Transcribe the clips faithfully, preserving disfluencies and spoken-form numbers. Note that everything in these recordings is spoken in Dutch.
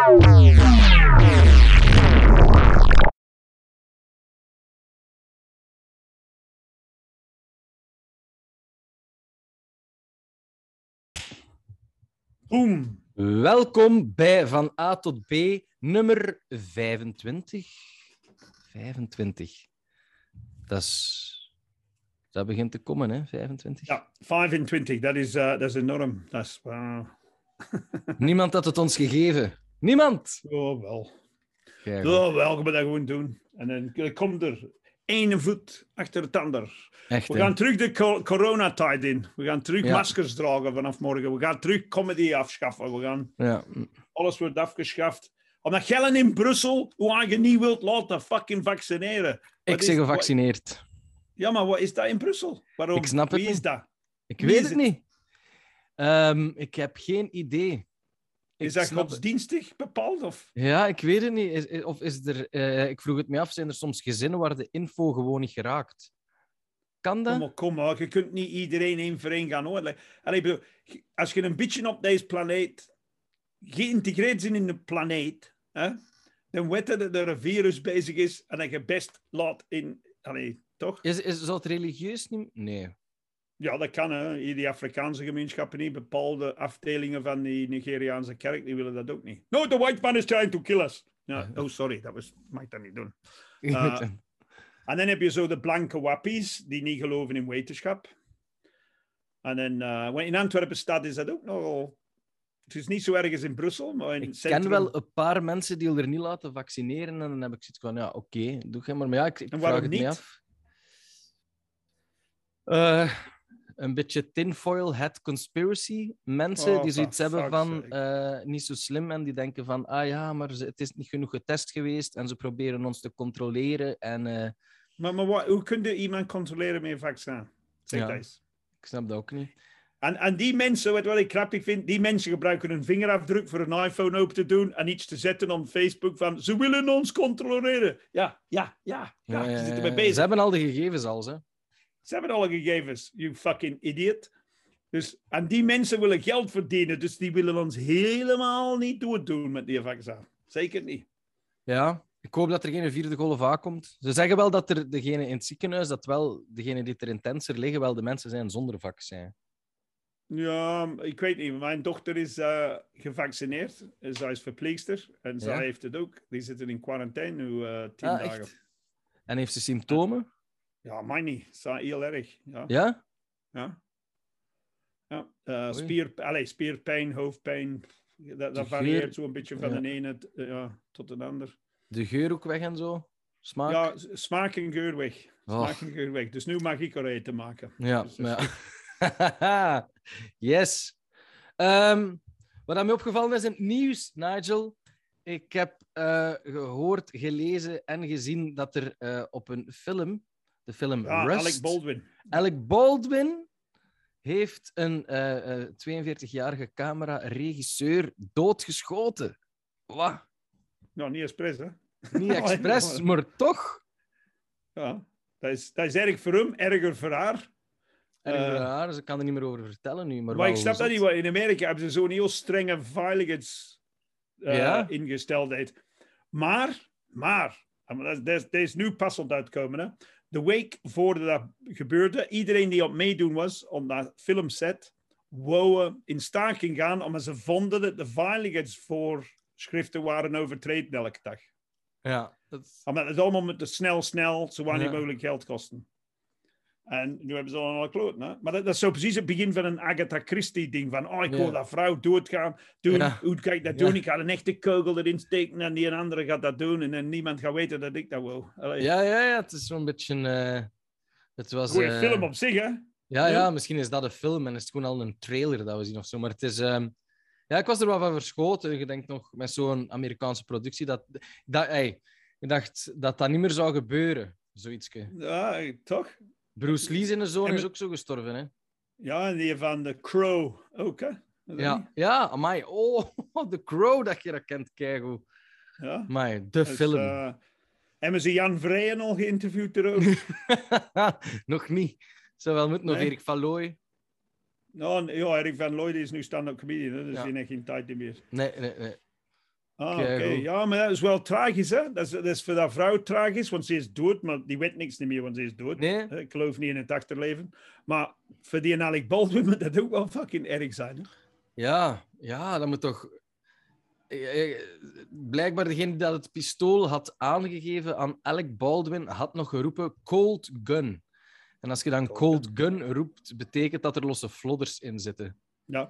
Boom. Welkom bij Van A tot B, nummer vijfentwintig. vijfentwintig. Dat is... Dat begint te komen, hè? vijfentwintig. Ja, vijfentwintig. Dat is, uh, dat is enorm. Dat is, uh... Niemand had het ons gegeven. Niemand! Oh, wel. Kijk, Oh, wel, gaan we dat gewoon doen. En dan komt er één voet achter het ander. echt, We hè? gaan terug de co- coronatijd in. We gaan terug Ja. maskers dragen vanaf morgen. We gaan terug comedy afschaffen. We gaan... Ja. Alles wordt afgeschaft. Omdat Gellen in Brussel, hoe je niet wilt laten fucking vaccineren. Ik Wat zeg is- gevaccineerd. wat- Ja, maar wat is dat in Brussel? Waarom? Ik snap het Wie is niet. dat? Ik Wie weet is het het? niet. Ehm, ik heb geen idee. Ik Is dat snap het- godsdienstig bepaald? Of? Ja, ik weet het niet. Is, is- of is er... eh, ik vroeg het me af, zijn er soms gezinnen waar de info gewoon niet geraakt? Kan dat? Kom maar, kom maar. Je kunt niet iedereen één voor één gaan horen. Allee, ik bedoel, als je een beetje op deze planeet geïntegreerd bent in de planeet, hè, dan weet je dat er een virus bezig is en dat je best laat in... Allee, toch? Is, is, zou het religieus niet... Nee. Ja, dat kan. Hè. Hier die Afrikaanse gemeenschappen niet. Bepaalde afdelingen van die Nigeriaanse kerk, die willen dat ook niet. No, the white man is trying to kill us. Ja, oh, sorry. Dat was, mag ik dat niet doen. Uh, En dan heb je zo de blanke wappies, die niet geloven in wetenschap. En dan, uh, in Antwerpen stad is dat ook nogal... Het is niet zo erg als in Brussel, maar in Ik het centrum... ken wel een paar mensen die er niet laten vaccineren en dan heb ik zoiets van, ja, oké, okay, doe geen maar. Maar ja, ik, ik En vraag waarom het me niet? af. Uh, een beetje tinfoil hat conspiracy. Mensen Oh, die zoiets for hebben fuck's van, uh, niet zo slim en die denken van, ah ja, maar ze- het is niet genoeg getest geweest en ze proberen ons te controleren en... Uh, Maar, maar wat, hoe kun je iemand controleren met een vaccin? Zeg Ja. dat eens. ik snap dat ook niet. En, en die mensen, weet je wat ik grappig vind? Die mensen gebruiken een vingerafdruk voor een iPhone open te doen en iets te zetten op Facebook van ze willen ons controleren. Ja, ja, ja. ja, Ja, ja, ze zitten ja, mee ja. bezig. Ze hebben al de gegevens al, hè. Ze hebben alle gegevens, you fucking idiot. Dus, en die mensen willen geld verdienen, dus die willen ons helemaal niet doordoen met die vaccin. Zeker niet. Ja, ik hoop dat er geen vierde golf aankomt. Ze zeggen wel dat er degene in het ziekenhuis, dat wel degene die er intenser liggen, wel de mensen zijn zonder vaccin. Ja, ik weet niet. Mijn dochter is uh, gevaccineerd. Zij is verpleegster en zij Ja? heeft het ook. Die zitten in quarantaine nu uh, tien Ah, dagen. echt? En heeft ze symptomen? Ja, mij niet. Zij heel erg. Ja. Ja? Ja. ja. Uh, Oei. spier, allez, spierpijn, hoofdpijn. Dat, dat De varieert geur- zo'n beetje van ja. de ene t- ja, tot de ander. De geur ook weg en zo? Smaak? Ja, s- smaak en geur weg. Smaak Och. en geur weg. Dus nu mag ik er eten maken. Ja, Dus dat maar is ja. Yes. Um, wat aan mij opgevallen is in het nieuws, Nigel. Ik heb uh, gehoord, gelezen en gezien dat er uh, op een film, de film Ja, Rust... Alec Baldwin. Alec Baldwin heeft een uh, uh, tweeënveertigjarige camera-regisseur doodgeschoten. Wat? Nou, niet expres, hè? Niet expres, maar toch. Ja, dat is, dat is erg voor hem, erger voor haar. Erg Uh, raar, ze kan er niet meer over vertellen nu. Maar, Maar wel ik snap dat zot. niet, want in Amerika hebben ze zo'n heel strenge veiligheids uh, Ja? ingesteldheid. Maar, maar, dat is, dat is nu pas aan het uitkomen, hè. De week voordat dat gebeurde, iedereen die op meedoen was op dat filmset, wou in staking gaan, omdat ze vonden dat de veiligheidsvoorschriften waren overtreden elke dag. Ja, dat is... Omdat het allemaal met de snel, snel, zo weinig Ja. mogelijk geld kosten. En nu hebben ze allemaal kloten, hè? Maar dat, dat is zo precies het begin van een Agatha Christie-ding. Van, oh, ik Ja. wil dat vrouw doodgaan. Doen. Ja. Hoe ga ik dat Ja. doen? Ik ga een echte kogel erin steken en die een andere gaat dat doen. En dan niemand gaat weten dat ik dat wil. Allee. Ja, ja, ja, het is zo'n beetje... Uh, het was... Goeie uh, film op zich, hè? Ja, Ja. ja, misschien is dat een film en is het gewoon al een trailer dat we zien of zo. Maar het is... Um... Ja, ik was er wel van verschoten. Je denkt nog, met zo'n Amerikaanse productie, dat... dat hey, ik dacht dat dat niet meer zou gebeuren, zoiets. Ja, toch? Bruce Lee zijn zoon En- is ook zo gestorven, hè? Ja, en die van The Crow ook, hè? Is dat Ja, niet? ja, amai. Oh, The Crow, dat je dat kent, keigoed. Ja. Amai, de Dus, film. uh, hebben ze Jan Vrijen al geïnterviewd erover? Nog niet. Zou wel moeten, nog Nee. Erik van Looy. Nou, ja, Erik van Looy is nu stand-up comedian, hè? Dus Ja. die heeft geen tijd meer. Nee, nee, nee. Ah, oké. Okay. Ja, maar dat is wel tragisch, hè? Dat is, dat is voor dat vrouw tragisch, want ze is dood, maar die weet niks niet meer, want ze is dood. Nee? Ik geloof niet in het achterleven. Maar voor die Alec Baldwin moet dat ook wel fucking erg zijn, hè? Ja, ja, dat moet toch... Blijkbaar degene die dat het pistool had aangegeven aan Alec Baldwin, had nog geroepen cold gun. En als je dan cold, cold gun roept, betekent dat er losse flodders in zitten. Ja.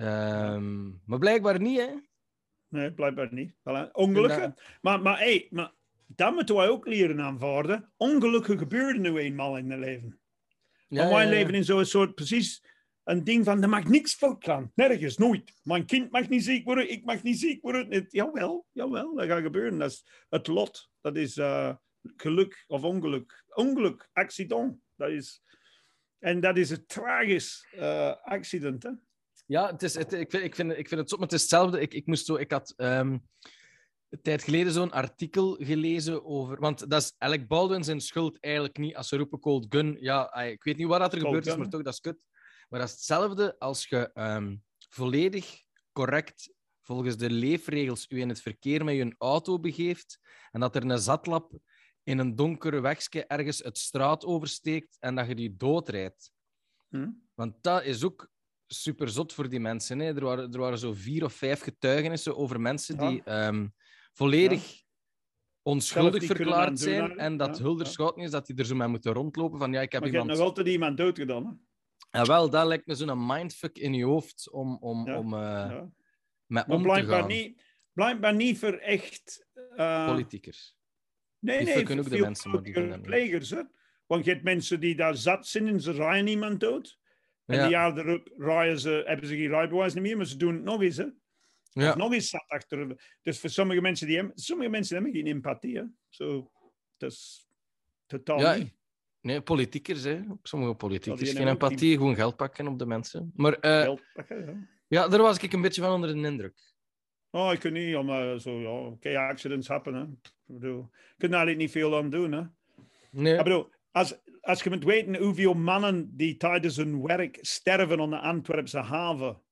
Um, ja. Maar blijkbaar niet, hè? Nee, blijkbaar niet. Voilà. Ongelukken. Dat... Maar, maar, hey, maar dat moeten wij ook leren aanvaarden. Ongelukken gebeuren nu eenmaal in het leven. Ja, maar wij ja, ja. leven in zo'n soort precies een ding van, er mag niks fout gaan. Nergens, nooit. Mijn kind mag niet ziek worden, ik mag niet ziek worden. Het, jawel, jawel, dat gaat gebeuren. Dat is het lot. Dat is uh, geluk of ongeluk. Ongeluk, accident. Dat is... En dat is een tragisch uh, accident, hè? Ja, het is, het, ik, vind, ik, vind, ik vind het zo, maar het is hetzelfde. Ik, ik, moest zo, ik had um, een tijd geleden zo'n artikel gelezen over... Want dat is Alec Baldwin zijn schuld eigenlijk niet. Als ze roepen cold gun, ja, ik weet niet wat er cold gebeurd gun. is, maar toch, dat is kut. Maar dat is hetzelfde als je um, volledig correct, volgens de leefregels, je in het verkeer met je auto begeeft en dat er een zatlap in een donkere wegje ergens het straat oversteekt en dat je die doodrijdt. Hm? Want dat is ook super zot voor die mensen. Hè. Er, waren, er waren zo vier of vijf getuigenissen over mensen ja. die um, volledig ja. onschuldig verklaard zijn doen, en dat ja. hulder ja. schouten is dat die er zo mee moeten rondlopen van ja, ik heb maar iemand... je hebt nog altijd iemand doodgedaan, hè? Ja, wel, dat lijkt me zo'n mindfuck in je hoofd om, om, ja. om uh, ja. met maar om blijkbaar te gaan. Niet, blijkbaar niet voor echt... Uh... Politiekers. Nee, die nee, fucken ook de mensen, maar die doen dat plegers, hè? Want je hebt mensen die daar zat zijn en ze rijden niemand dood. En ja. die jaar erop rijden ze, hebben ze geen rijbewijs niet meer, maar ze doen het nog eens, hè? Ja. Of nog eens zat achter. Dus voor sommige mensen, die hebben, sommige mensen hebben geen empathie, hè? Zo, dat is totaal ja. niet. Nee, politiekers, hè. Sommige politiekers. Geen empathie, die... gewoon geld pakken op de mensen. Maar uh, geld pakken, ja. Ja, daar was ik een beetje van onder de indruk. Oh, ik kan niet, maar zo, ja, oké, okay, accidents happen, hè. Ik bedoel, je kunt daar niet veel aan doen, hè. Nee. Ik bedoel, als, als je moet weten hoeveel mannen die tijdens hun werk sterven aan de Antwerpse haven,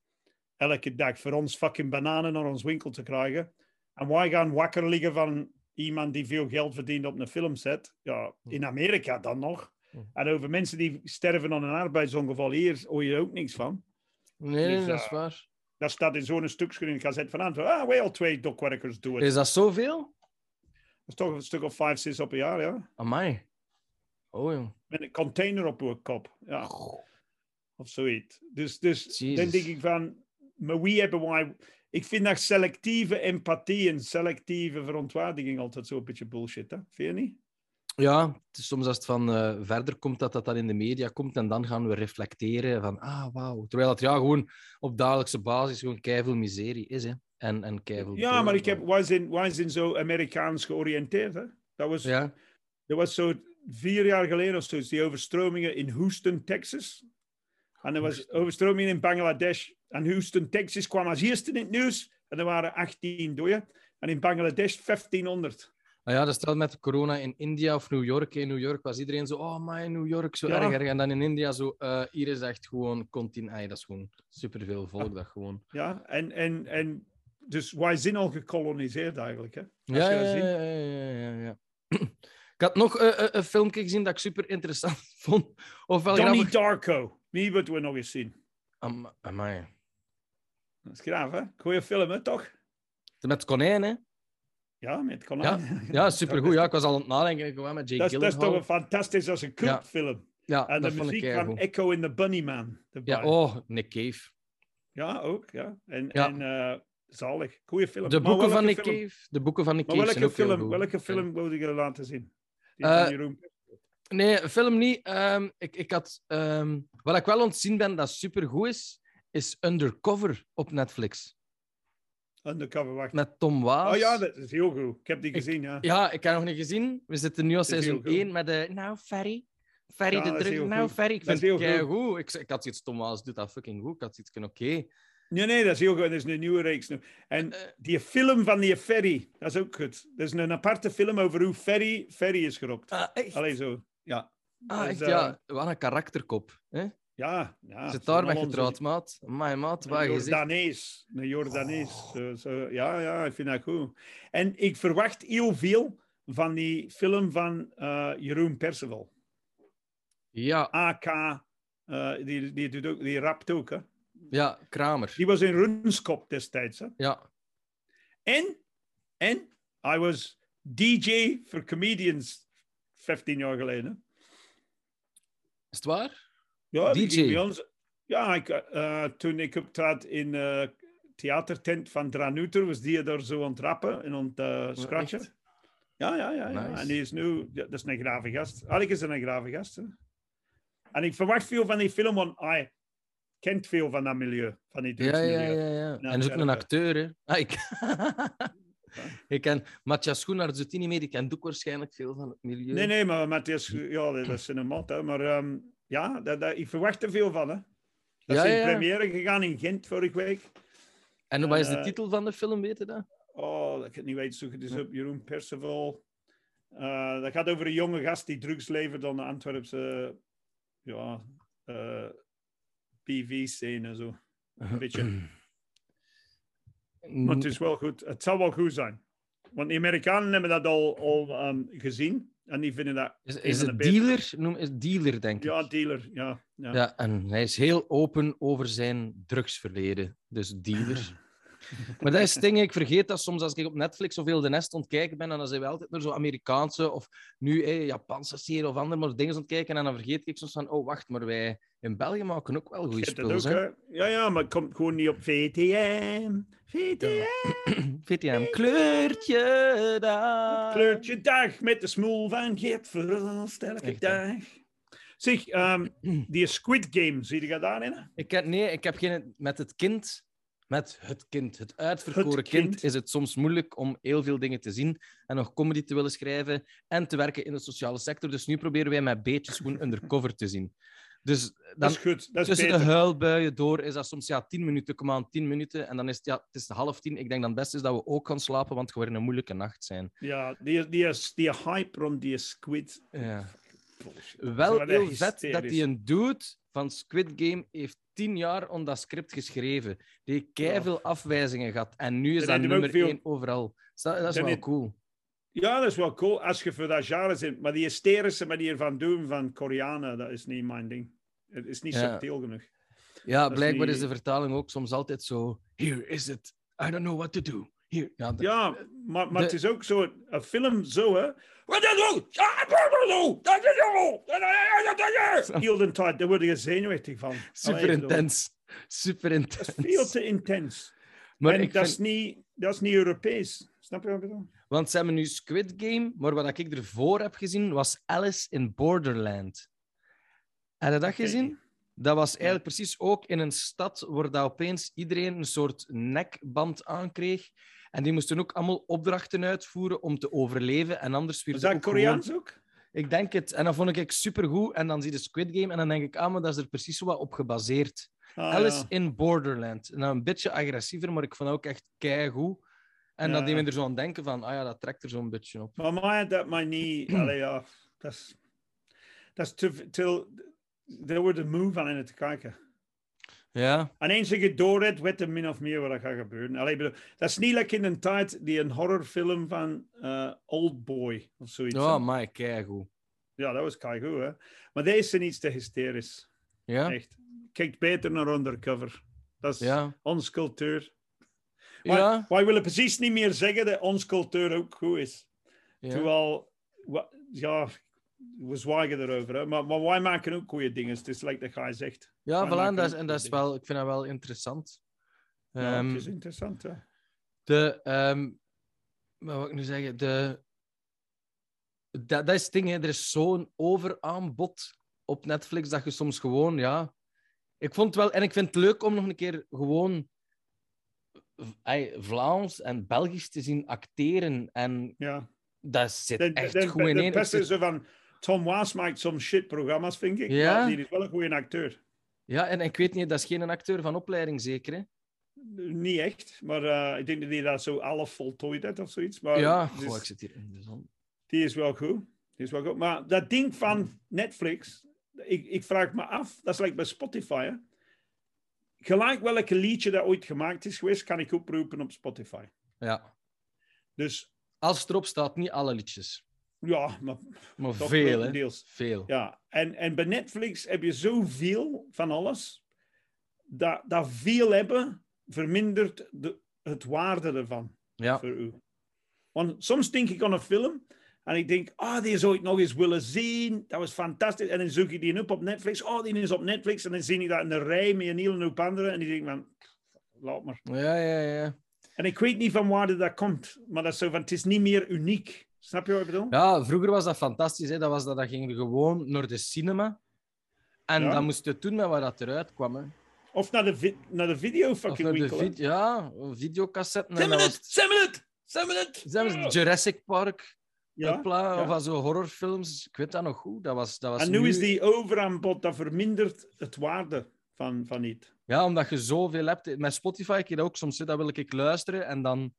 elke dag, voor ons fucking bananen naar ons winkel te krijgen, en wij gaan wakker liggen van iemand die veel geld verdient op een filmset, ja, in Amerika dan nog. En over mensen die sterven aan een arbeidsongeval hier hoor je ook niks van. Nee, dus, dat is uh, waar. Dat staat in zo'n stukje in de gazet van Antwerpen. Ah, wij al twee dokwerkers doen het. Is dat zoveel? Dat is toch een stuk of vijf, zes op een jaar, ja. Amai. Oh, jong. Met een container op uw kop, ja. Oh. Of zoiets. Dus, dus dan denk ik van, maar wie hebben wij... Ik vind dat selectieve empathie en selectieve verontwaardiging altijd zo'n beetje bullshit, hè? Vind je niet? Ja, soms als het van uh, verder komt, dat dat dan in de media komt en dan gaan we reflecteren van, ah, wauw. Terwijl dat ja, gewoon op dagelijkse basis gewoon keiveel miserie is, hè. En, en keiveel... Ja, maar ik heb, wij, zijn, wij zijn zo Amerikaans georiënteerd, hè. Dat was, ja. dat was zo vier jaar geleden of zo, die overstromingen in Houston, Texas. En er was overstromingen in Bangladesh. En Houston, Texas kwam als eerste in het nieuws. En er waren achttien doden. En in Bangladesh vijftienhonderd. Ah ja, dat stelt met corona in India of New York. In New York was iedereen zo, oh my, New York, zo ja. erg, erg. En dan in India zo, uh, hier is echt gewoon continu. Ah, dat is gewoon superveel volk, ja. dat gewoon. Ja, en, en, en dus wij zijn al gekoloniseerd eigenlijk, hè? Als ja, ja, ja, ja, ja, ja. Ik had nog uh, een filmpje gezien dat ik super interessant vond. Ofwel Donnie grappig... Darko. Die moeten we nog eens zien. Am, amai. Dat is graaf, hè? Goeie film, hè, toch? Met konijn, hè? Ja, met konijn. Ja, ja supergoed. Ja, ik was al aan het nadenken. Gewoon met Jake dat, Gyllenhaal. Dat is toch een fantastisch als een cultfilm. Ja, ja, en dat de vond muziek ik van Echo in the Bunnyman. Ja, oh, Nick Cave. Ja, ook. Ja. En, ja. en uh, zalig. Goeie film. De boeken van Nick film? Cave. De boeken van Nick Cave welke zijn ook film, heel welke film wilde je laten zien? Die uh, van Jeroen? Nee, film niet. Um, ik, ik had, um, wat ik wel ontzien ben dat supergoed is, is Undercover op Netflix. Undercover, wacht. Met Tom Waas. Oh ja, dat is heel goed. Ik heb die gezien, ik, ja. Ja, ik heb nog niet gezien. We zitten nu al seizoen één met de... Nou, Ferry. Ferry ja, de druk. Nou, goed. Ferry. Ik vind het kei goed. Ik, ik had iets Tom Waas doet dat fucking goed. Ik had iets oké. Okay. Nee, nee, dat is heel goed. Dat is een nieuwe reeks nu. En uh, die film van die Ferry, dat is ook goed. Dat is een aparte film over hoe Ferry, Ferry is gerokt. Uh, Allee, zo. Ja. Ah, dus, echt, uh, ja. Wat een karakterkop. Hè? Ja, ja. Zit daar met onze... getrouwd, maat? Mijn maat, waar je zegt. Jordanees. Een Jordanees. Oh. Zo, zo, ja, ja, ik vind dat goed. En ik verwacht heel veel van die film van uh, Jeroen Perceval. Ja. A K, uh, die, die, doet ook, die rapt ook, hè. Ja, Kramer. Die was in Runskop destijds, hè. Ja. En, en, I was D J voor comedians vijftien jaar geleden. Is het waar? Ja, D J? bij ons, ja, ik, uh, toen ik optrad in de uh, theatertent van Dranuter, was die daar zo aan het rappen en aan het uh, scratchen. Echt? Ja, ja, ja, Nice. ja. En die is nu, ja, dat is een grave gast. Alex is een grave gast. Hè? En ik verwacht veel van die film, want hij kent veel van dat milieu, van die Ja, ja, drugsmilieu. ja, ja. Ja, En is ook een acteur, hè? Ah, ik... Ja. ik ken Matthias Schoenaerts doet die niet mee, die kent ook waarschijnlijk veel van het milieu. Nee, nee, maar Matthias, ja, dat is een mat, hè. Maar um, ja, dat, dat, ik verwacht er veel van, hè. Dat Ja, is in ja. première gegaan in Gent vorige week. En wat is de uh, titel van de film, weet je dat? Oh, dat ik het niet weet, zoek het eens op. Jeroen Perceval. Uh, dat gaat over een jonge gast die drugs levert aan de Antwerpse ja, uh, P V-scene. Zo. Een beetje. Maar het is wel goed. Het zal wel goed zijn. Want de Amerikanen hebben dat al, al um, gezien. En die vinden dat... Is, is het dealer? Noem is dealer, denk ik. Ja, dealer. Ja, ja. Ja, en hij is heel open over zijn drugsverleden. Dus dealer. Maar dat is het ding, ik vergeet dat soms als ik op Netflix zoveel de Nest ontkijken ben en dan zijn we altijd naar zo'n Amerikaanse of nu hey, Japanse serie of andere maar dingen ontkijken en dan vergeet ik soms van, oh wacht, maar wij in België maken ook wel goede spullen. Hè? Ja, ja, maar het komt gewoon niet op V T M. V T M. Ja. V T M, kleurtje dag. Kleurtje dag met de smoel van Geert Verhulst elke Echt, dag. Zeg, um, die Squid Game, zie je dat daarin? Ik heb, nee, ik heb geen... Met het kind... Met het kind, het uitverkoren Het kind. kind, is het soms moeilijk om heel veel dingen te zien en nog comedy te willen schrijven en te werken in de sociale sector. Dus nu proberen wij met beetjes gewoon undercover te zien. Dus dan, dat is goed. Dat is tussen beter. de huilbuien door is dat soms ja, tien minuten, kom aan, tien minuten. En dan is het, ja, het is half tien. Ik denk dat het beste is dat we ook gaan slapen, want het gaat weer een moeilijke nacht zijn. Ja, die, die, die hype rond die Squid. Ja. Bullshit. Wel Dat heel is vet hysterisch. dat die een dude van Squid Game heeft tien jaar om dat script geschreven. Die heeft keiveel afwijzingen gehad. En nu is Dan dat hebben we nummer ook veel- één overal. Dus dat, dat is Dan wel heeft- cool. Ja, dat is wel cool als je voor dat genre zit. Maar die hysterische manier van doen van Koreanen, dat is niet mijn ding. Het is niet Ja. subtiel genoeg. Ja, is blijkbaar niet- is de vertaling ook soms altijd zo... Here is it. I don't know what to do. Here. Ja, de- Ja, maar, maar de- het is ook zo, een film zo, hè. Heel de tijd, daar word je zenuwachtig van. super Allee, ik bedoel, intens. Super intens. Dat is veel te intens. Maar en ik dat, vind... is niet, dat is niet Europees. Snap je wat ik bedoel? Want ze hebben nu Squid Game, maar wat ik ervoor heb gezien was Alice in Borderland. Heb je dat Oké. gezien? Dat was eigenlijk precies ook in een stad waar dat opeens iedereen een soort nekband aankreeg. En die moesten ook allemaal opdrachten uitvoeren om te overleven. En anders werd Is het dat ook Koreaans gewoon... ook? Ik denk het. En dat vond ik supergoed. En dan zie je Squid Game en dan denk ik, ah, maar dat is er precies zo wat op gebaseerd. Ah, Alice ja. in Borderland. Nou, een beetje agressiever, maar ik vond het ook echt keigoed. En Ja. dan deed me er zo aan denken van, ah ja, dat trekt er zo'n beetje op. Maar mij dat mij niet... Allee, ja, dat is... Dat is te... te daar wordt een move aan in het kijken. Ja. En eens ik het door heb, weet je min of meer wat er gaat gebeuren. Allee, bedoel, dat is niet lekker in een tijd die een horrorfilm van uh, Old Boy of zoiets. Ja, hè. maar keigoed. Ja, dat was keigoed, hè. Maar deze is iets te hysterisch. Ja? Echt. Kijk beter naar Undercover. Dat is Ja. ons cultuur. Maar Ja. wij willen precies niet meer zeggen dat ons cultuur ook goed is. Ja. Terwijl, wa- ja, we zwijgen erover. Hè? Maar, maar wij maken ook goede dingen. Het is like dat jij zegt. Ja, Wij voilà, maken dat is, ook en dat is goede wel, ik vind dat wel interessant. dingen. Ja, Ehm, het is interessant, hè. de, ehm, wat wil ik nu zeggen? De, dat, dat is het ding, hè. Er is zo'n overaanbod op Netflix dat je soms gewoon, ja... Ik vond het wel... En ik vind het leuk om nog een keer gewoon ey, Vlaams en Belgisch te zien acteren. En Ja. dat zit De, echt de, goed de, in de één. Ik beste zit- zo van... Tom Waas maakt soms shit programma's, vind ik. Ja. Maar die is wel een goede acteur. Ja, en ik weet niet, dat is geen acteur van opleiding, zeker, hè? Niet echt, maar uh, ik denk dat hij dat zo half voltooid heeft of zoiets. Maar Ja, dus, goh, ik zit hier in de zon. die is wel goed. Die is wel goed. Maar dat ding van Netflix, ik, ik vraag me af, dat is like bij Spotify, hè? Gelijk welke liedje dat ooit gemaakt is geweest, kan ik oproepen op Spotify. Ja. Dus... Als het erop staat, niet alle liedjes. Ja, maar... Maar toch veel, hè? grotendeels. Veel. Ja, en, en bij Netflix heb je zoveel van alles, dat, dat veel hebben vermindert de, het waarde ervan Ja. voor u. Want soms denk ik aan een film en ik denk, ah, oh, die zou ik nog eens willen zien. Dat was fantastisch. En dan zoek ik die op op Netflix. Oh, die is op Netflix. En dan zie ik dat in een rij met een hele hoop anderen. En die denk van, laat maar. Ja, ja, ja. En ik weet niet van waar dat komt. Maar dat is zo van, het is niet meer uniek. Snap je wat ik bedoel? Ja, vroeger was dat fantastisch. Hè? Dat, was dat, dat ging je gewoon naar de cinema. En Ja. dan moest je doen met wat dat eruit kwam. Hè. Of naar de, vi- naar de video Of fucking naar de winkel. vid- ja, videocassetten. Seven en dat it! was... Seven it! Seven it! Zelfs Jurassic Park. Ja, Hopla, ja. Of als zo horrorfilms. Ik weet dat nog goed. Dat was, dat was En nu, nu is die overaanbod, dat vermindert het waarde van, van iets. Ja, omdat je zoveel hebt. Met Spotify heb je dat ook soms. Hè, dat wil ik luisteren en dan...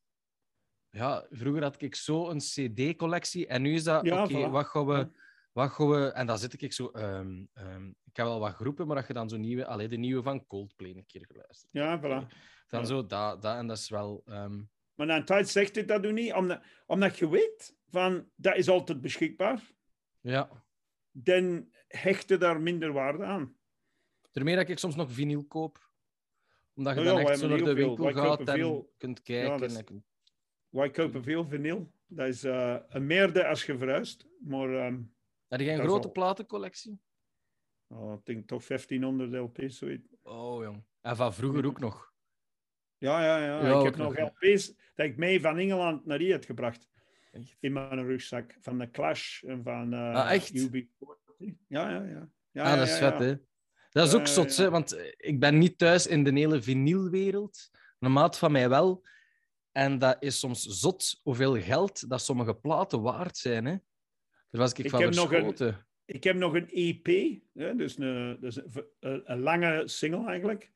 Ja, vroeger had ik zo een cd-collectie en nu is dat... Ja, Oké, voilà. wat gaan we... Ja. Wat gaan we... En dan zit ik zo... Um, um, ik heb wel wat groepen, maar dat je dan zo nieuwe... Allee, de nieuwe van Coldplay een keer geluisterd. Ja, voilà. Dan Ja. zo dat, dat en dat is wel... Um... Maar na een tijd zegt dit dat doe niet, omdat, omdat je weet van dat is altijd beschikbaar, Ja. dan hecht je daar minder waarde aan. Daarmee dat ik soms nog vinyl koop. Omdat je Nou dan ja, echt wij zo hebben naar de heel veel. winkel Wij gaat kopen en veel- kunt kijken. Ja, dat is- en kunt... Wij kopen veel vinyl. Dat is uh, een meerde als je verhuist. Maar um, Heb jij een Dat is grote al- platencollectie? oh, ik denk toch vijftienhonderd L P's. Zoiets. Oh, jong. En van vroeger ook nog. Ja, ja, ja. Ja, ik heb ook nog nog, L P's dat ik mee van Engeland naar hier heb gebracht. Echt? In mijn rugzak. Van de Clash en van uh, Ah, echt? U B veertig. Ja, ja, ja. ja Ah, dat is ja, vet, ja. hè? Dat is Ja, ook ja, zot, ja. hè? Want ik ben niet thuis in de hele vinylwereld. Een maat van mij wel. En dat is soms zot hoeveel geld dat sommige platen waard zijn, hè? Daar was ik, Ik van heb nog een- verschoten. Ik heb nog een E P, hè, dus, een, dus een, een, een lange single eigenlijk,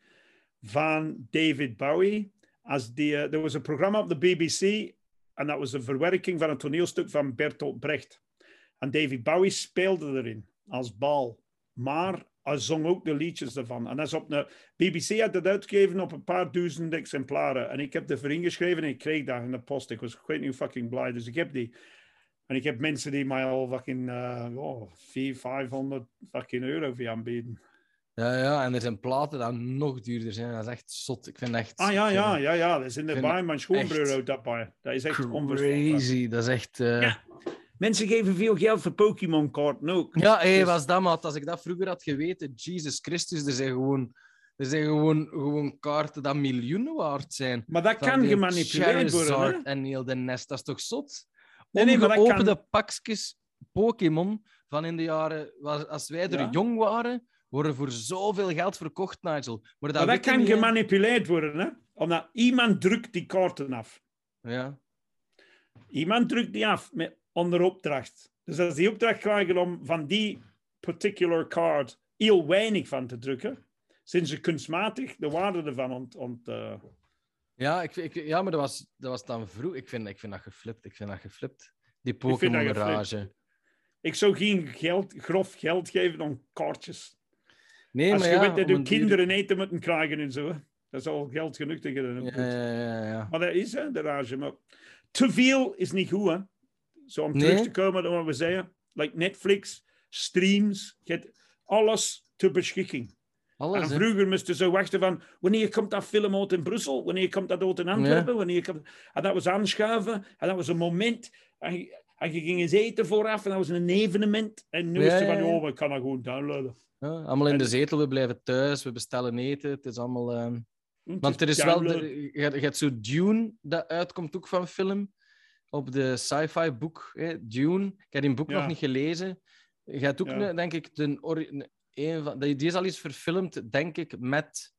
van David Bowie. Als die, uh, er was een programma op de B B C en dat was een verwerking van een toneelstuk van Bertolt Brecht. En David Bowie speelde erin als bal, maar hij zong ook de liedjes ervan. En dat is op de B B C had dat uitgegeven op een paar duizend exemplaren. En ik heb ervoor ingeschreven en ik kreeg dat in de post. Ik was ik weet niet fucking blij, dus ik heb die. En ik heb mensen die mij al fucking uh, oh, vierhonderd, vijfhonderd fucking euro voor aanbieden. Ja, ja, en er zijn platen die nog duurder zijn. Dat is echt zot. Ik vind dat echt... Ah ja, ik ja, vind ja, ja. Dat is in de vind bij mijn schoonbroer echt houdt dat bij. Dat is echt onvoorstelbaar. crazy. Dat is echt... uh... Ja. Mensen geven veel geld voor Pokémon-kaarten ook. Ja, hé, Dus- was dat, maat. Als ik dat vroeger had geweten, Jesus Christus, er zijn gewoon, er zijn gewoon, gewoon kaarten die miljoenen waard zijn. Maar dat Van kan die gemanipuleerd worden. Charizard Hè? en heel de nest, dat is toch zot? Nee, nee, maar dat Ongeopende kan- pakjes Pokémon van in de jaren... waar- Als wij er Ja. jong waren, worden voor zoveel geld verkocht, Nigel. Maar dat, Maar dat weet je kan niet, hè? gemanipuleerd worden. Hè? Omdat iemand drukt die kaarten af. Ja. Iemand drukt die af met, onder opdracht. Dus als die opdracht krijgen om van die particular card heel weinig van te drukken, zijn ze kunstmatig de waarde ervan ont... ont uh... Ja, ik, ik, ja, maar dat was, dat was dan vroeg. Ik vind, ik vind dat geflipt. Ik vind dat geflipt. Die vind dat Pokémon-rage. Ik zou geen geld, grof geld geven om kaartjes. Nee, Als maar je ja, weet dat om je een duur- kinderen eten moeten krijgen en zo. Hè. Dat is al geld genoeg tegen een Ja, ja, ja, ja. Maar dat is hè, de rage. Maar te veel is niet goed, hè. Zo om Nee. terug te komen op wat we zeggen. Like Netflix, streams, je hebt alles ter beschikking. Alles, En hè. vroeger moesten ze wachten van, wanneer komt dat film uit in Brussel? Wanneer komt dat uit in Antwerpen? Wanneer komt... En dat was aanschuiven. En dat was een moment. En je, en je ging eens eten vooraf. En dat was een evenement. En nu Ja, is het van, ja, ja. oh, we kunnen dat gewoon downloaden. Ja, allemaal in En- de zetel, we blijven thuis, we bestellen eten. Het is allemaal... ehm, Het Want er is wel... download. de- Je hebt- je hebt zo Dune, dat uitkomt ook van film. Op de sci-fi boek, hè, Dune. Ik heb die boek Ja. nog niet gelezen. Je hebt ook, Ja. een, denk ik, de, ori- een van, die die is al eens verfilmd, denk ik, met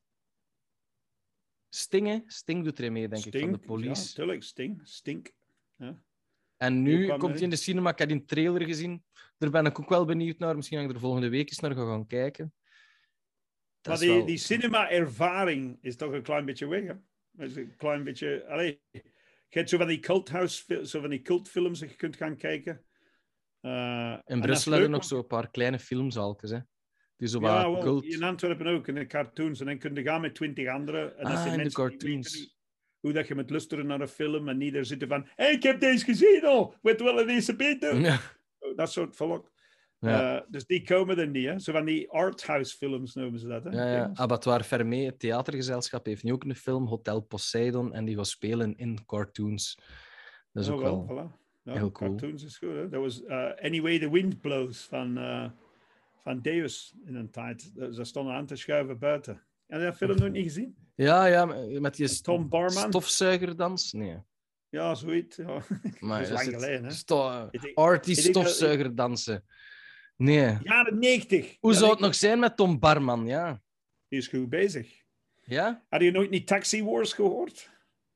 Sting. Hè. Sting doet er mee, denk ik, van Stink, de police. Ja, tuurlijk, stink. Stink. Ja. En Die nu kwam komt mee. hij in de cinema. Ik heb die een trailer gezien. Daar ben ik ook wel benieuwd naar. Misschien ga ik er volgende week eens naar gaan kijken. Dat Maar is die, wel- die cinema-ervaring is toch een klein beetje weg, hè? Dat is een klein beetje... Allee, je hebt zo van die culthouse, zo van die cultfilms dat je kunt gaan kijken. Uh, en In dat is Brussel leuk, hebben we nog want- zo een paar kleine filmzaaltjes. Hè. Die zo Ja, wat wel, cult... in Antwerpen ook, in de cartoons. En dan kun je gaan met twintig anderen. En dat Ah, zijn in de mensen die cartoons. weten hoe, hoe dat je moet luisteren naar een film en niet er zitten van hey, ik heb deze gezien al, weet wel deze beter? Ja. Dat soort volk. Ja. Uh, dus die komen er niet, hè. Zo van die arthouse films noemen ze dat, hè. Ja, ja. Abattoir Fermé, het theatergezelschap, heeft nu ook een film, Hotel Poseidon, en die gaat spelen in cartoons. Dat is oh, ook wel, wel voilà. Ja, heel cool. cartoons is goed, hè. Dat was uh, Anyway the Wind Blows van, uh, van Deus in een tijd. Ze stonden aan te schuiven buiten. Heb je dat film nog niet gezien? Ja, ja, met die st- Tom Barman? stofzuigerdans? Nee. Ja, zoiets. Ja. Maar dat is lang het geleden, hè. sto- Ik denk- arty ik denk dat- stofzuigerdansen. Nee. Jaren negentig. Hoe Ja, zou ik- het nog zijn met Tom Barman? Ja. Die is goed bezig. Ja? Had je nooit niet Taxi Wars gehoord?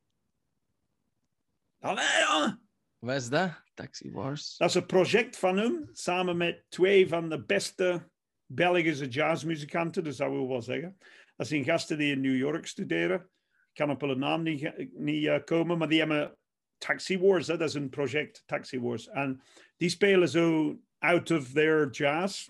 Allee, ja. Wat is dat? Taxi Wars? Dat is een project van hem, samen met twee van de beste Belgische jazzmuzikanten, dus dat wil wel zeggen. Dat zijn gasten die in New York studeren. Ik kan op hun naam niet, niet uh, komen, maar die hebben Taxi Wars, hè? Dat is een project, Taxi Wars. En die spelen zo out of their jazz.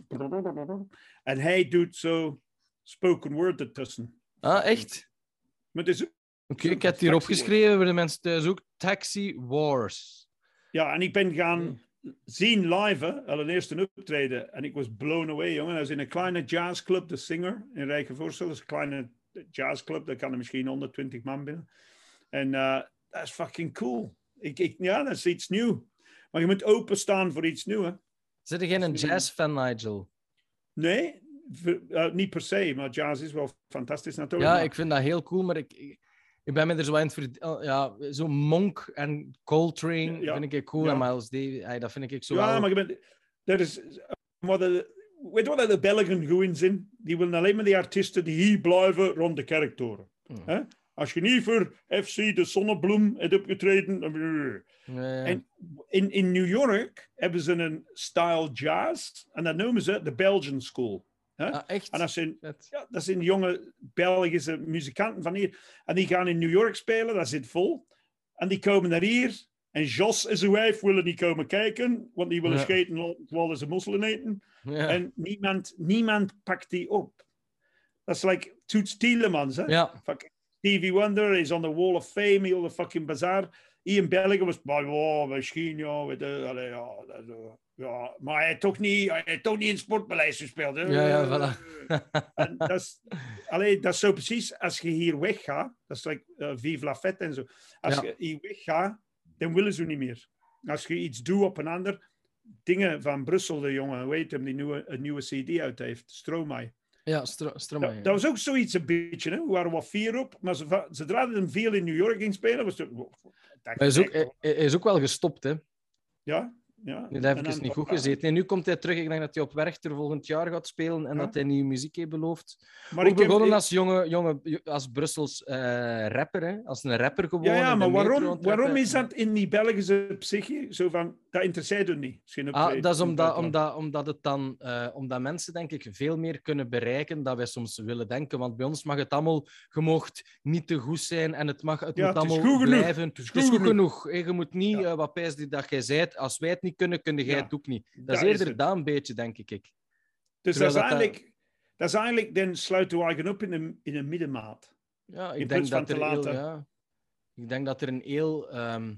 En hij doet zo spoken word ertussen. Ah, echt? Maar het is, Oké, ik heb het hier Taxi opgeschreven voor de mensen thuis ook. Taxi Wars. ja, en ik ben gaan zien live, hè, al een eerste optreden. En ik was blown away, jongen. Dat was in een kleine jazzclub, de Singer, in Rijkenvoorstel. Dat is een kleine jazzclub, daar kan er misschien honderdtwintig man binnen. En uh, dat is fucking cool. Ik, ik, ja, dat is iets nieuws. Maar je moet openstaan voor iets nieuws, hè. Zit er geen jazzfan, Nigel? Nee, v- uh, niet per se, maar jazz is wel fantastisch natuurlijk. Ja, maar- ik vind dat heel cool, maar ik, ik, ik ben me er zo aan het verd... Ja, zo Monk en Coltrane Ja, vind ik cool. ja. En Miles Davis, ay, dat vind ik zo Ja, wel... maar je bent, dat is, maar de, weet je wat de Belgen goed in zijn? Die willen alleen maar die artiesten die hier blijven rond de kerktoren. Hmm. Hè? Als je niet voor F C de Zonnebloem hebt opgetreden... dan- Ja, ja. En in, in New York hebben ze een style jazz en dat noemen ze de Belgian School. Hè? Ah, echt? En dat zijn, Vet. ja, dat zijn jonge Belgische muzikanten van hier. En die gaan in New York spelen, dat zit vol. En die komen naar hier. En Jos en zijn wijf willen niet komen kijken, want die willen Ja. scheten laten terwijl ze mosselen eten. Ja. En niemand, niemand pakt die op. Dat is like Toots Tielemans, hè? Ja. Fucking Stevie Wonder is on the Wall of Fame, heel de fucking bazaar. Hier in België was het, maar ja, misschien, ja, weet je, allee, ja, dat, uh, ja, maar hij heeft toch niet, hij heeft toch niet in het sportpaleis gespeeld. Hè? Ja, ja, voilà. En dat is, allee, dat is zo precies, als je hier weggaat, dat is like uh, Vive la Fête en zo. Als Ja. je hier weggaat, dan willen ze niet meer. Als je iets doet op een ander, dingen van Brussel, de jongen, weet hem, die nieuwe, een nieuwe C D uit heeft, Stromae. Ja, Stro Stromae. Dat, ja. dat was ook zoiets een beetje, hè. We waren wat vier op, maar ze, va- zodra er veel in New York ging spelen, was het... Hij is, ook, hij, hij is ook wel gestopt, hè. Ja, ja. Nee, dat heeft En dus dan- niet goed gezeten. Nee, nu komt hij terug. Ik denk dat hij op Werchter volgend jaar gaat spelen en Ja. dat hij nieuwe muziek heeft beloofd. Maar ook ik heb- begonnen ik- als jonge, jonge als Brussels eh, rapper, hè. Als een rapper gewoon. Ja, ja, in de maar metro aan waarom, het waarom rappen. is dat in die Belgische psyche zo van... Dat interesseert u niet. Is geen Ah, optreden dat is in het omdat, buitenland. omdat, omdat, het dan, eh, omdat mensen, denk ik, veel meer kunnen bereiken dan wij soms willen denken. Want bij ons mag het allemaal... Je moogt niet te goed zijn en het, mag, het Ja, moet het is allemaal goed genoeg. blijven. Het is Het is goed goed genoeg. hè. Je moet niet, Ja. eh, wat pijs die dat jij zei, als wij het niet kunnen, kunnen jij Ja. het ook niet. Dat, Dat is is eerder het. dat een beetje, denk ik. ik. Dus terwijl dat is, dat dat- eigenlijk, dat is eigenlijk... Dan sluiten we eigenlijk op in een, in een middenmaat. Ja, In ik denk plaats van dat te er heel... laten. Ja, ik denk dat er een heel... ehm,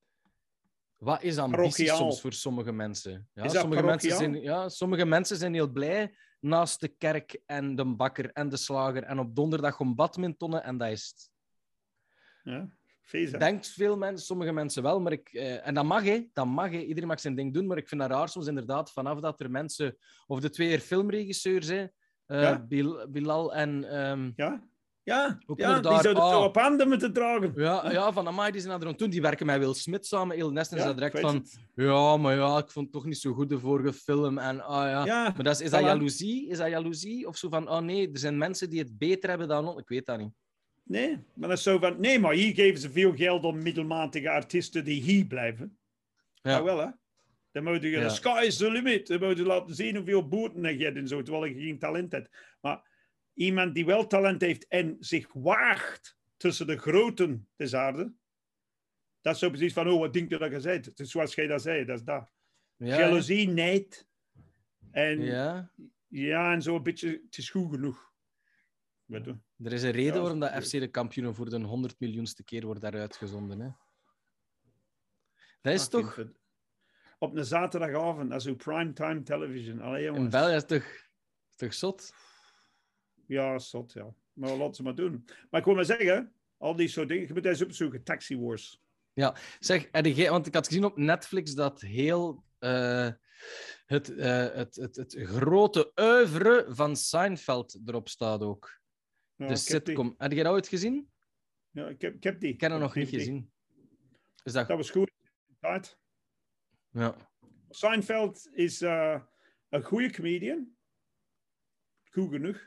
wat is ambitie Parochiaal. soms voor sommige mensen? Ja, Is dat sommige, mensen parochiaal? zijn, ja, sommige mensen zijn heel blij naast de kerk en de bakker en de slager en op donderdag om badmintonnen en dat is het. Ja, feest, hè. Denkt veel mensen, sommige mensen wel, maar ik, eh, en dat mag, hè, dat mag, hè. Iedereen mag zijn ding doen, maar ik vind dat raar soms inderdaad, vanaf dat er mensen, of de twee filmregisseurs, hè, eh, Ja. Bil- Bilal en... ehm, Ja, ja, Ook ja nog die daar- zouden het ah. zo op handen moeten dragen. Ja, ja, van Amai, die zijn aan het doen. Toen, die werken met Will Smith samen. Heel Nest en Ja, ze direct ik weet van... het. Ja, maar ja, ik vond het toch niet zo goed de vorige film. En ah ja... Ja, Maar dat is, is dat voilà. jaloezie? Is dat jaloezie? Of zo van, oh nee, er zijn mensen die het beter hebben dan ons. Ik weet dat niet. Nee, maar dat is zo van... Nee, maar hier geven ze veel geld om middelmatige artiesten die hier blijven. Ja. Ja, wel, hè. Dan moet je... Ja. The sky is the limit. Dan moet je laten zien hoeveel boeten je hebt en zo, terwijl je geen talent hebt. Maar iemand die wel talent heeft en zich waagt tussen de groten des aarde, dat is zo precies van, oh, wat denk je dat je zei? Het is zoals jij dat zei, dat is dat. Ja, Jaloezie, neid. En ja. Ja. Ja, en zo een beetje, het is goed genoeg. Weet je? Er is een reden Ja, waarom dat leuk. F C de kampioen voor de honderd miljoenste keer wordt daar uitgezonden. Hè? Dat is Fucking toch... vet. Op een zaterdagavond, als uw primetime television. Allee, In jongens. België is het toch, is toch zot? Ja, zot, ja. Maar laat ze maar doen. Maar ik wil maar zeggen, al die soort dingen, je moet eens opzoeken. Taxi Wars. Ja, zeg, heb jij- want ik had gezien op Netflix dat heel uh, het, uh, het, het, het grote oeuvre van Seinfeld erop staat ook. Ja, de ik heb die. sitcom. Heb jij dat ooit gezien? Ja, ik heb, ik heb die. Ik heb dat op nog niet D V D. gezien. Is dat... Dat was goed. Right. Ja. Seinfeld is uh, een goede comedian. Goed genoeg.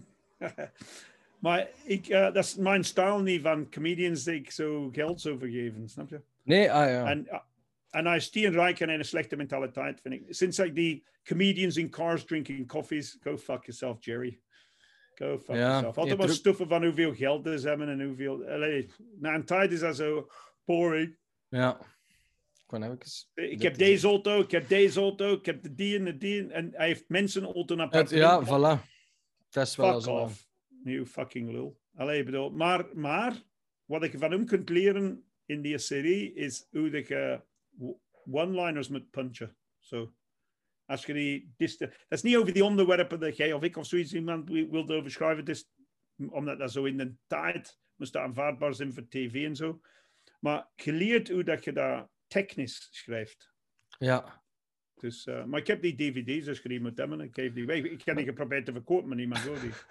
Maar ik, uh, dat is mijn stijl niet van comedians die ik zo geld zou vergeven, snap je? Nee, ah ja. En, uh, en hij is steenrijk en een slechte mentaliteit, vind ik. Sinds ik die comedians in cars drinking coffees, go fuck yourself, Jerry. Go fuck Ja, yourself. Altijd maar druk... stuffen van hoeveel geld ze hebben en hoeveel... Allee, na een tijd is dat zo boring. Ja. Ik, even... ik heb deze auto, ik heb deze auto, ik heb de die en de die. En hij heeft mensen auto naar het, Ja, voilà. Dat is wel Fuck zo. off. You fucking lul. Allee, bedoel, maar, maar wat ik van hem kunt leren in die serie is hoe je one-liners moet punchen. So, als je die... Dat is niet over die onderwerpen dat jij of ik of zoiets iemand wilde overschrijven. Dus, omdat dat zo in de tijd moest dat aanvaardbaar zijn voor tv en zo. Maar geleerd hoe dat je dat technisch schrijft. Ja. Dus, uh, maar ik heb die D V D's geschreven met hem en ik geef die weg. Ik heb die geprobeerd te verkopen, maar niemand wil die.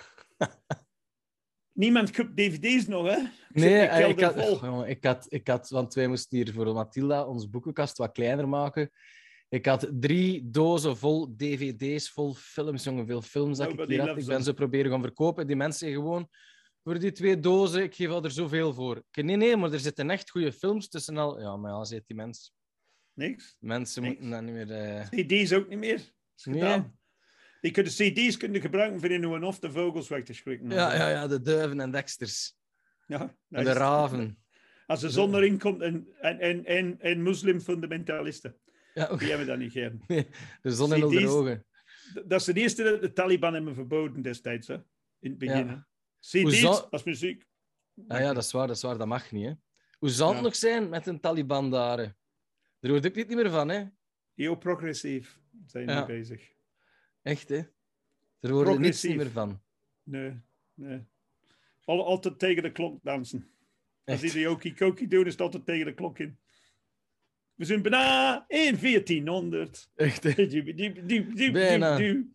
Niemand koopt D V D's nog, hè? Ik nee, ik had, oh, ik, had, ik had... Want wij moesten hier voor Mathilda onze boekenkast wat kleiner maken. Ik had drie dozen vol D V D's, vol films, jongen. Veel films dat ik hier had. Ik ben ze proberen gaan verkopen. Die mensen zeggen gewoon... Voor die twee dozen, ik geef al er zoveel voor. Nee, nee, maar er zitten echt goede films tussen al. Ja, maar ja, zegt die mens. Niks. Mensen Niks. moeten dat niet meer... Uh... C D's ook niet meer. Is gedaan. Nee. Die kunnen C D's kunnen gebruiken voor in hun of de vogels weg te schrikken. Ja, ja, ja, de duiven en deksters. Ja. En de raven. Als de zon erin komt en, en, en, en, en moslimfundamentalisten. Ja, okay. Die hebben dat niet gern. Nee, de zon in de ogen. Dat is de eerste dat de Taliban hebben verboden destijds, hè? In het begin. Ja. C D's zo... als muziek. Ah, ja, dat is waar, dat is waar, dat mag niet. Hè? Hoe zal het ja. nog zijn met een Taliban daar? Hè? Daar hoort ik niet meer van, hè? Heel progressief zijn ja. we bezig. Echt, hè? Er hoort er niets niet meer van. Nee, nee. Al, altijd tegen de klok dansen. Echt? Als die de okie-kokie doen, is het altijd tegen de klok in. We zijn bijna in veertienhonderd. Echt, hè? Die, die, die, die, bijna. Die, die.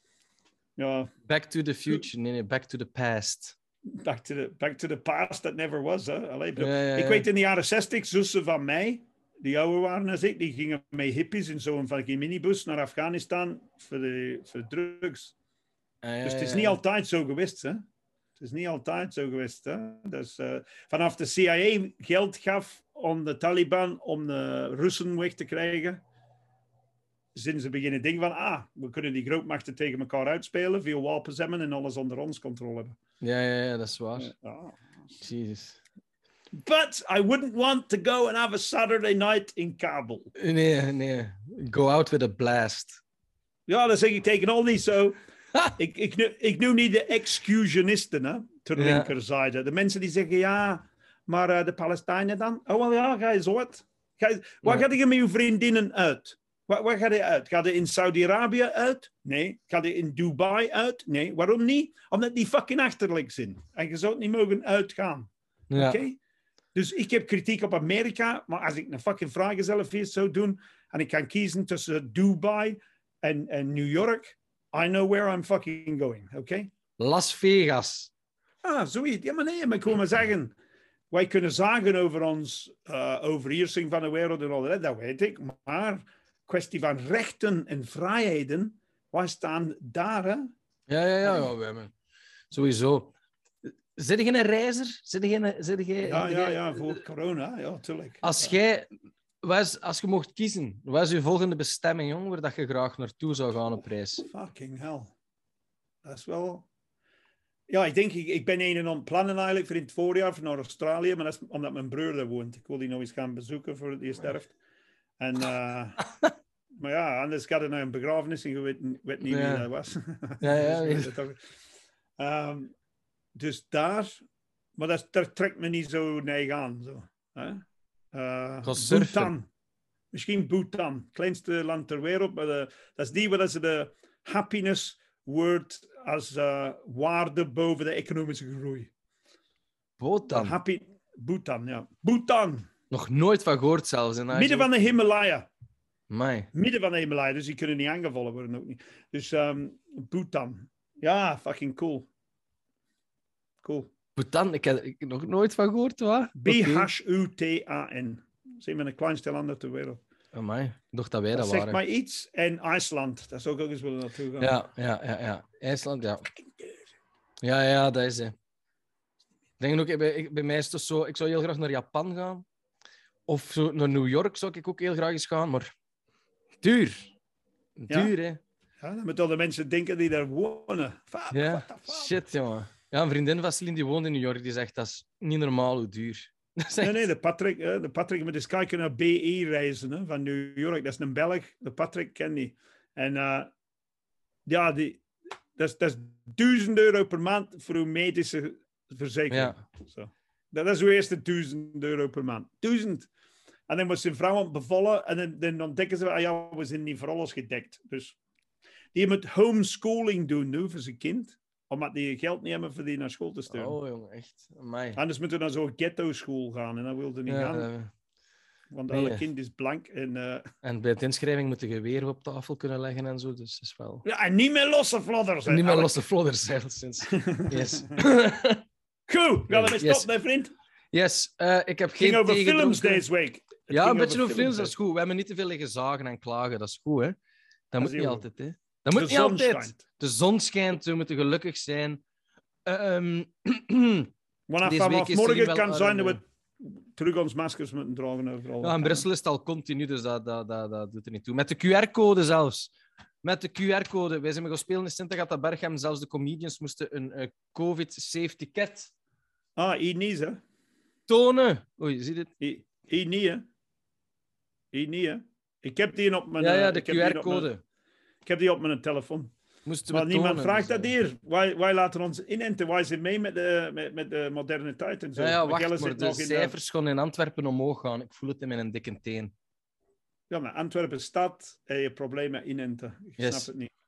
Ja. Back to the future. Nee, nee, back to the past. Back to the, back to the past that never was, hè? Allee, ja, ja, ja. Ik weet in de jaren zestig, zussen van mij, die ouder waren als ik, die gingen met hippies in zo'n fucking minibus naar Afghanistan voor de, voor de drugs. Ja, ja, dus het is ja, niet ja. altijd zo geweest, hè? Het is niet altijd zo geweest, hè? Dus, uh, vanaf de C I A geld gaf om de Taliban om de Russen weg te krijgen, zijn ze beginnen denken van, ah, we kunnen die grootmachten tegen elkaar uitspelen, veel wapens hebben en alles onder ons controle hebben. Ja, ja, ja, dat is waar. Ja, oh. Jezus. But I wouldn't want to go and have a Saturday night in Kabul. Nee, nee. Go out with a blast. Ja, dat zeg ik tegen al niet zo. ik, ik, ik noem niet de excusionisten, hè, ter ja. linkerzijde. De mensen die zeggen, ja, maar uh, de Palestijnen dan? Oh, wel ja, ga je zo wat? Ga je, waar ja. ga je met je vriendinnen uit? Waar, waar ga je uit? Ga je in Saudi-Arabië uit? Nee. Ga je in Dubai uit? Nee. Waarom niet? Omdat die fucking achterlijk zijn. En je zou niet mogen uitgaan. Ja. Oké? Okay? Dus ik heb kritiek op Amerika, maar als ik een fucking vragenzellenfeest zou doen en ik kan kiezen tussen Dubai en, en New York, I know where I'm fucking going, oké? Okay? Las Vegas. Ah, zoiets. Ja, maar nee, maar ik wil maar zeggen, wij kunnen zagen over ons uh, overheersing van de wereld en al dat, dat weet ik, maar kwestie van rechten en vrijheden, wij staan daar, hè? Ja, ja, ja, ja, we hebben sowieso. Zit je een reizer? Zit je een, zit je, ja, ja, ja, voor corona, ja, tuurlijk. Als ja. jij, was, als je mocht kiezen, wat is je volgende bestemming, jong, waar dat je graag naartoe zou gaan op reis? Oh, fucking hell. Dat is wel... Ja, ik denk, ik, ik ben een en aan plannen eigenlijk voor in het voorjaar voor naar Australië, maar dat is omdat mijn broer daar woont. Ik wil die nog eens gaan bezoeken voordat hij sterft. En uh, Maar ja, anders gaat het naar een begrafenis en je weet, weet niet Ja. wie dat was. Ja, ja. Dus, weet het um, dus daar... Maar dat, daar trekt me niet zo neig aan. Zo. Hè? Uh, Ga surfen. Bhutan. Misschien Bhutan. Kleinste land ter wereld. Maar de, dat is die waar ze de happiness word als uh, waarde boven de economische groei. Bhutan? Happy... Bhutan, ja. Bhutan. Nog nooit van gehoord zelfs. In Midden van de Himalaya. Amai. Midden van de Himalaya, dus die kunnen niet aangevallen worden ook niet. Dus um, Bhutan. Ja, fucking cool. Cool. Bhutan, ik heb ik nog nooit van gehoord, waar? B H U T A N. Dat is een van de kleinste landen ter wereld. Amai, ik dacht dat wij dat, dat waren. zegt maar iets. En IJsland, daar zou ik ook eens willen naartoe gaan. Ja, ja, ja, ja. IJsland, ja. Ja, ja, dat is het. Ik denk ook, bij, bij mij is het zo, ik zou heel graag naar Japan gaan. Of zo naar New York zou ik ook heel graag eens gaan, maar duur. Duur, ja. hè. Ja, dan moeten al de mensen denken die daar wonen. Fuck, ja, shit, jongen. Ja, een vriendin van Celine die woont in New York, die zegt dat is niet normaal hoe duur. Echt... Nee, nee, de Patrick, de Patrick moet eens kijken naar B E reizen hè, van New York. Dat is een Belg, de Patrick ken die. En uh, ja, die, dat, is, dat is duizend euro per maand voor uw medische verzekering. Ja. Zo. Dat is uw eerste duizend euro per maand. Duizend. En dan wordt zijn vrouw bevallen en dan, dan ontdekken ze, ah ja, we zijn niet voor alles gedekt. Dus die moet homeschooling doen nu voor zijn kind. Omdat die geld niet hebben voor die naar school te sturen. Oh, jongen, echt. Amai. Anders moeten we naar zo'n ghetto-school gaan en dat wilde niet ja, gaan. Uh, Want nee. alle kind is blank. En, uh... en bij de inschrijving moet je weer op tafel kunnen leggen en zo, dus dat is wel... Ja, en niet meer losse flodders. Niet meer losse flodders, sinds. Yes. Goed, gaan we yes. stoppen, mijn vriend. Yes, uh, ik heb geen ging over films deze week. Het ja, een beetje over films, films, dat is goed. We hebben niet te veel liggen zagen en klagen, dat is goed, hè. Dat, dat moet niet goed. altijd, hè. Dat moet de niet zon altijd. Schijnt. De zon schijnt, we moeten gelukkig zijn. Uh, um, Vanaf, vanaf morgen kan zijn dat we terug ons maskers moeten dragen overal. Ja, in Brussel is het al continu, dus dat, dat, dat, dat doet er niet toe. Met de Q R-code zelfs. Met de Q R-code. Wij zijn gaan spelen in Sint-Agatha-Berchem. Zelfs de comedians moesten een uh, COVID-safe-ticket Ah, hier niet, hè? tonen. Oei, zie je dit? Hier, hier niet, hè? Hier niet, hè? Ik heb die op mijn... Ja, ja, de Q R-code. Ik heb die op mijn telefoon. Moesten maar we niemand tonen, vraagt dus, dat hier. Wij, wij laten ons inenten. Wij zijn mee met de, met, met de moderne tijd en zo. Ja, ja, wacht, maar maar de nog in cijfers de... gaan in Antwerpen omhoog gaan. Ik voel het in mijn dikke teen. Ja, maar Antwerpen stad heb je problemen met inenten. Ik yes. snap het niet.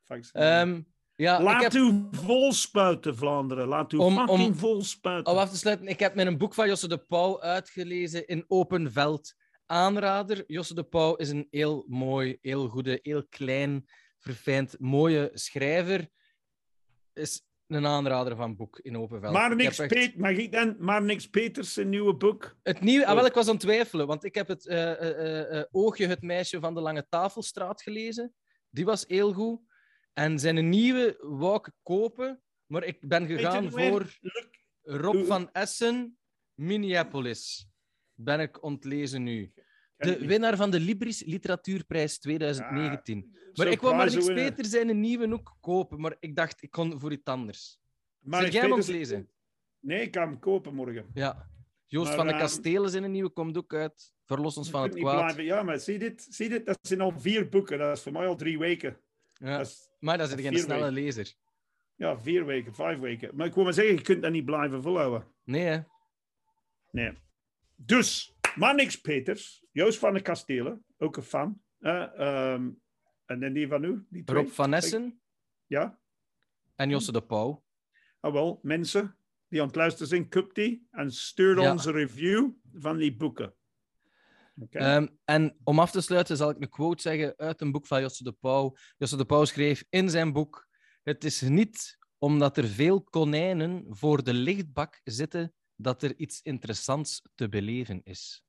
Um, ja, Laat ik heb... u vol spuiten, Vlaanderen. Laat u om, fucking om... vol spuiten. Om af te sluiten, ik heb mijn boek van Josse de Pauw uitgelezen in Open Veld. Aanrader. Josse de Pauw is een heel mooi, heel goede, heel klein, verfijnd, mooie schrijver. Is een aanrader van boek in Open Veld. Maar niks, echt... Peet, mag ik dan? Maar niks Peters, zijn nieuwe boek. Het nieuwe, ah, wel, ik was aan het twijfelen, want ik heb het uh, uh, uh, Oogje, het meisje van de Lange Tafelstraat gelezen. Die was heel goed. En zijn nieuwe wou ik kopen, maar ik ben gegaan voor Rob van Essen, Minneapolis. Ben ik ontlezen nu. De winnaar van de Libris Literatuurprijs twintig negentien. Ja, maar ik wou maar niks beter zijn een nieuwe ook kopen, maar ik dacht, ik kon voor iets anders. Maar Zeg jij hem ontlezen? Nee, ik kan hem kopen morgen. Ja. Joost maar, van de uh, Kastelen zijn een nieuwe, komt ook uit. Verlos ons van het kwaad. Blijven. Ja, maar zie dit, zie dit, dat zijn al vier boeken. Dat is voor mij al drie weken. Ja. Dat is, maar dat is geen snelle weken. lezer. Ja, vier weken, vijf weken. Maar ik wil maar zeggen, je kunt dat niet blijven volhouden. Nee, hè? Nee. Dus, maar niks Peters. Joost van de Kastelen, ook een fan. Uh, um, en dan die van u? Die twee? Rob van Essen. Ja. En Josse de Pauw. Ah, wel, mensen die aan het luisteren zijn, kup die en stuur ja. ons een review van die boeken. Okay. Um, en om af te sluiten zal ik een quote zeggen uit een boek van Josse de Pauw. Josse de Pauw schreef in zijn boek: het is niet omdat er veel konijnen voor de lichtbak zitten dat er iets interessants te beleven is.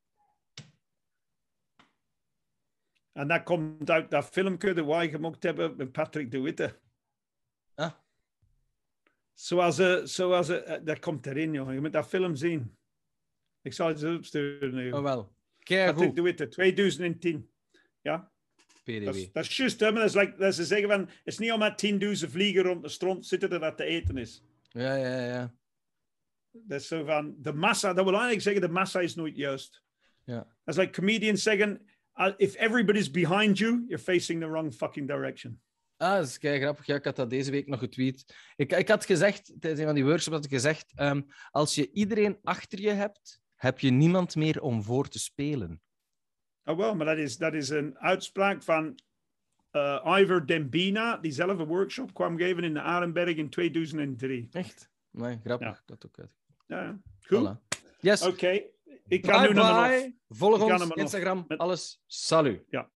En dat komt uit dat filmpje dat wij gemaakt hebben met Patrick de Witte. Ah. Zoals, uh, zoals uh, dat komt erin, jongen. Je moet dat film zien. Ik zal het zo opsturen nu. Oh wel. Kijk, Patrick de Witte, twintig tien. Ja? P D W. Dat is, dat is juist, hè? Maar dat is like, dat ze zeggen van, het is niet omdat tienduizend vliegen rond de strand zitten dat dat te eten is. Ja, ja, ja. Dat is zo van, de massa, dat wil eigenlijk zeggen, de massa is nooit juist. Ja. Dat is like comedians zeggen, uh, if everybody's behind you, you're facing the wrong fucking direction. Ah, dat is kei grappig. Ja, ik had dat deze week nog getweet. Ik, ik had gezegd, tijdens een van die workshops had ik gezegd, um, als je iedereen achter je hebt, heb je niemand meer om voor te spelen. Oh, wel, maar dat is, dat is een uitspraak van uh, Ivor Dembina, die zelf een workshop kwam geven in de Arenberg in tweeduizend drie. Echt? Nee, grappig. Ja. Dat ook uit. Ja, goed. Voilà. Yes. Oké. Okay. Ik ga bye nu naar bye. Volg Ik ons, Instagram, met... alles. Salut. Ja.